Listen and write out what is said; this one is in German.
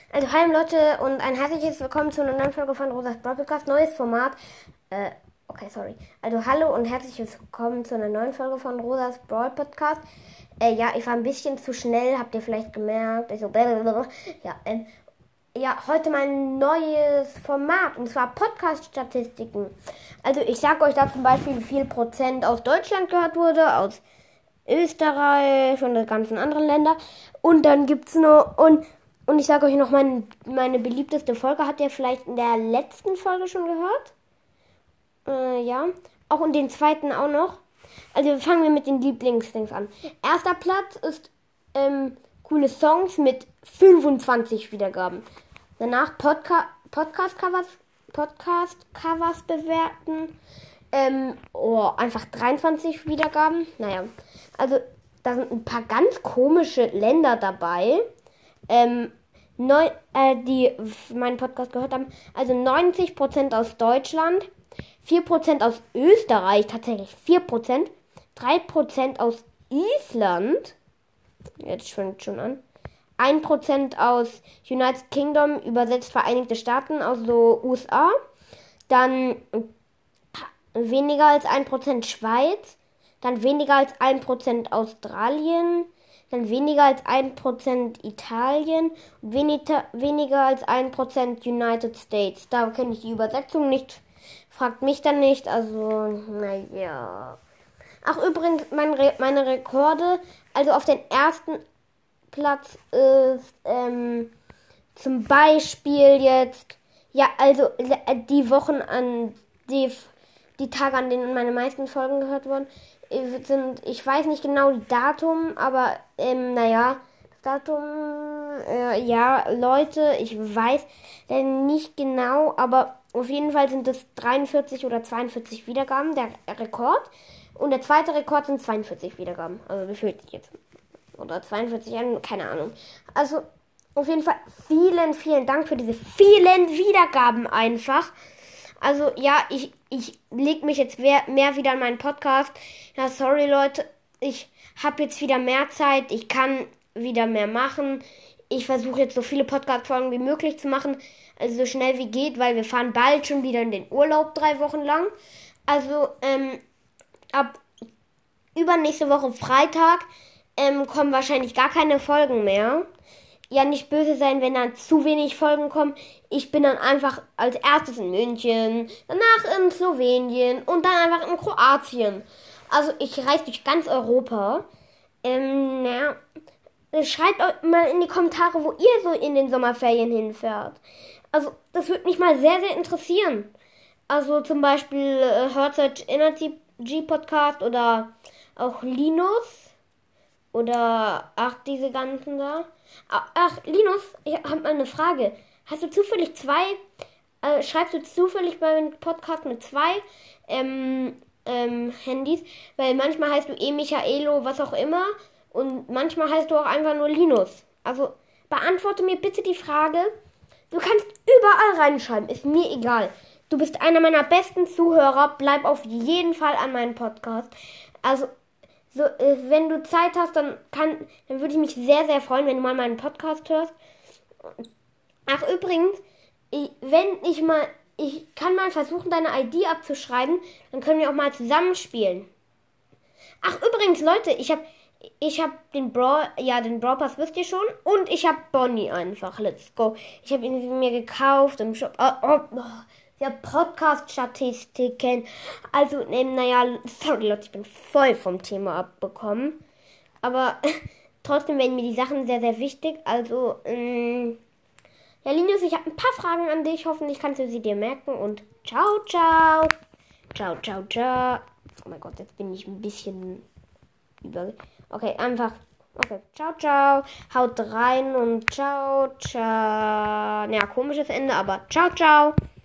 Also hi Leute und ein herzliches Willkommen zu einer neuen Folge von Rosas Brawl Podcast, neues Format. Also hallo und herzliches Willkommen zu einer neuen Folge von Rosas Brawl Podcast. Ich war ein bisschen zu schnell, habt ihr vielleicht gemerkt. Heute mal ein neues Format und zwar Podcast-Statistiken. Also ich sage euch da zum Beispiel, wie viel Prozent aus Deutschland gehört wurde, aus Österreich und den ganzen anderen Ländern. Und dann gibt's noch und ich sage euch noch, meine beliebteste Folge habt ihr vielleicht in der letzten Folge schon gehört. Auch in den zweiten auch noch. Also fangen wir mit den Lieblingsdings an. Erster Platz ist coole Songs mit 25 Wiedergaben. Danach Podcast-Covers bewerten. Einfach 23 Wiedergaben. Naja, also da sind ein paar ganz komische Länder dabei. Die meinen Podcast gehört haben. Also 90% aus Deutschland, 4% aus Österreich, tatsächlich 4%, 3% aus Island, jetzt fängt schon an, 1% aus United Kingdom, übersetzt Vereinigte Staaten, aus so USA, dann weniger als 1% Schweiz, dann weniger als 1% Australien, dann weniger als 1% Italien und weniger als 1% United States. Da kenne ich die Übersetzung nicht. Fragt mich dann nicht. Also, naja. Ach, übrigens, meine Rekorde. Also auf den ersten Platz ist zum Beispiel jetzt, die Wochen die Tage, an denen meine meisten Folgen gehört wurden, ich weiß nicht genau das Datum, aber das Datum, Leute, ich weiß nicht genau, aber auf jeden Fall sind es 43 oder 42 Wiedergaben, der Rekord. Und der zweite Rekord sind 42 Wiedergaben, also gefühlt jetzt. Oder 42, keine Ahnung. Also auf jeden Fall vielen, vielen Dank für diese vielen Wiedergaben einfach. Also ja, ich lege mich jetzt mehr wieder an meinen Podcast. Ja, sorry Leute, ich habe jetzt wieder mehr Zeit. Ich kann wieder mehr machen. Ich versuche jetzt so viele Podcast-Folgen wie möglich zu machen. Also so schnell wie geht, weil wir fahren bald schon wieder in den Urlaub 3 Wochen lang. Also ab übernächste Woche Freitag kommen wahrscheinlich gar keine Folgen mehr. Ja, nicht böse sein, wenn dann zu wenig Folgen kommen. Ich bin dann einfach als erstes in München, danach in Slowenien und dann einfach in Kroatien. Also ich reise durch ganz Europa. Schreibt mal in die Kommentare, wo ihr so in den Sommerferien hinfährt. Also das würde mich mal sehr, sehr interessieren. Also zum Beispiel Hörzeug Energy Podcast oder auch Linus. Oder diese ganzen da. Ach, Linus, ich habe mal eine Frage. Hast du zufällig schreibst du zufällig beim Podcast mit 2 Handys? Weil manchmal heißt du Michaelo, was auch immer. Und manchmal heißt du auch einfach nur Linus. Also beantworte mir bitte die Frage. Du kannst überall reinschreiben, ist mir egal. Du bist einer meiner besten Zuhörer. Bleib auf jeden Fall an meinem Podcast. Also so, wenn du Zeit hast, dann würde ich mich sehr, sehr freuen, wenn du mal meinen Podcast hörst. Ach, übrigens, ich kann mal versuchen, deine ID abzuschreiben, dann können wir auch mal zusammenspielen. Ach, übrigens, Leute, ich hab den Brawl Pass wisst ihr schon, und ich hab Bonnie einfach, let's go. Ich habe ihn mir gekauft im Shop. Ja, Podcast-Statistiken. Also, sorry Leute, ich bin voll vom Thema abbekommen. Aber trotzdem werden mir die Sachen sehr, sehr wichtig. Also, Linus, ich habe ein paar Fragen an dich. Hoffentlich kannst du sie dir merken. Und ciao, ciao. Ciao, ciao, ciao. Oh mein Gott, jetzt bin ich ein bisschen Okay, einfach. Okay, ciao, ciao. Haut rein und ciao, ciao. Ja, komisches Ende, aber ciao, ciao.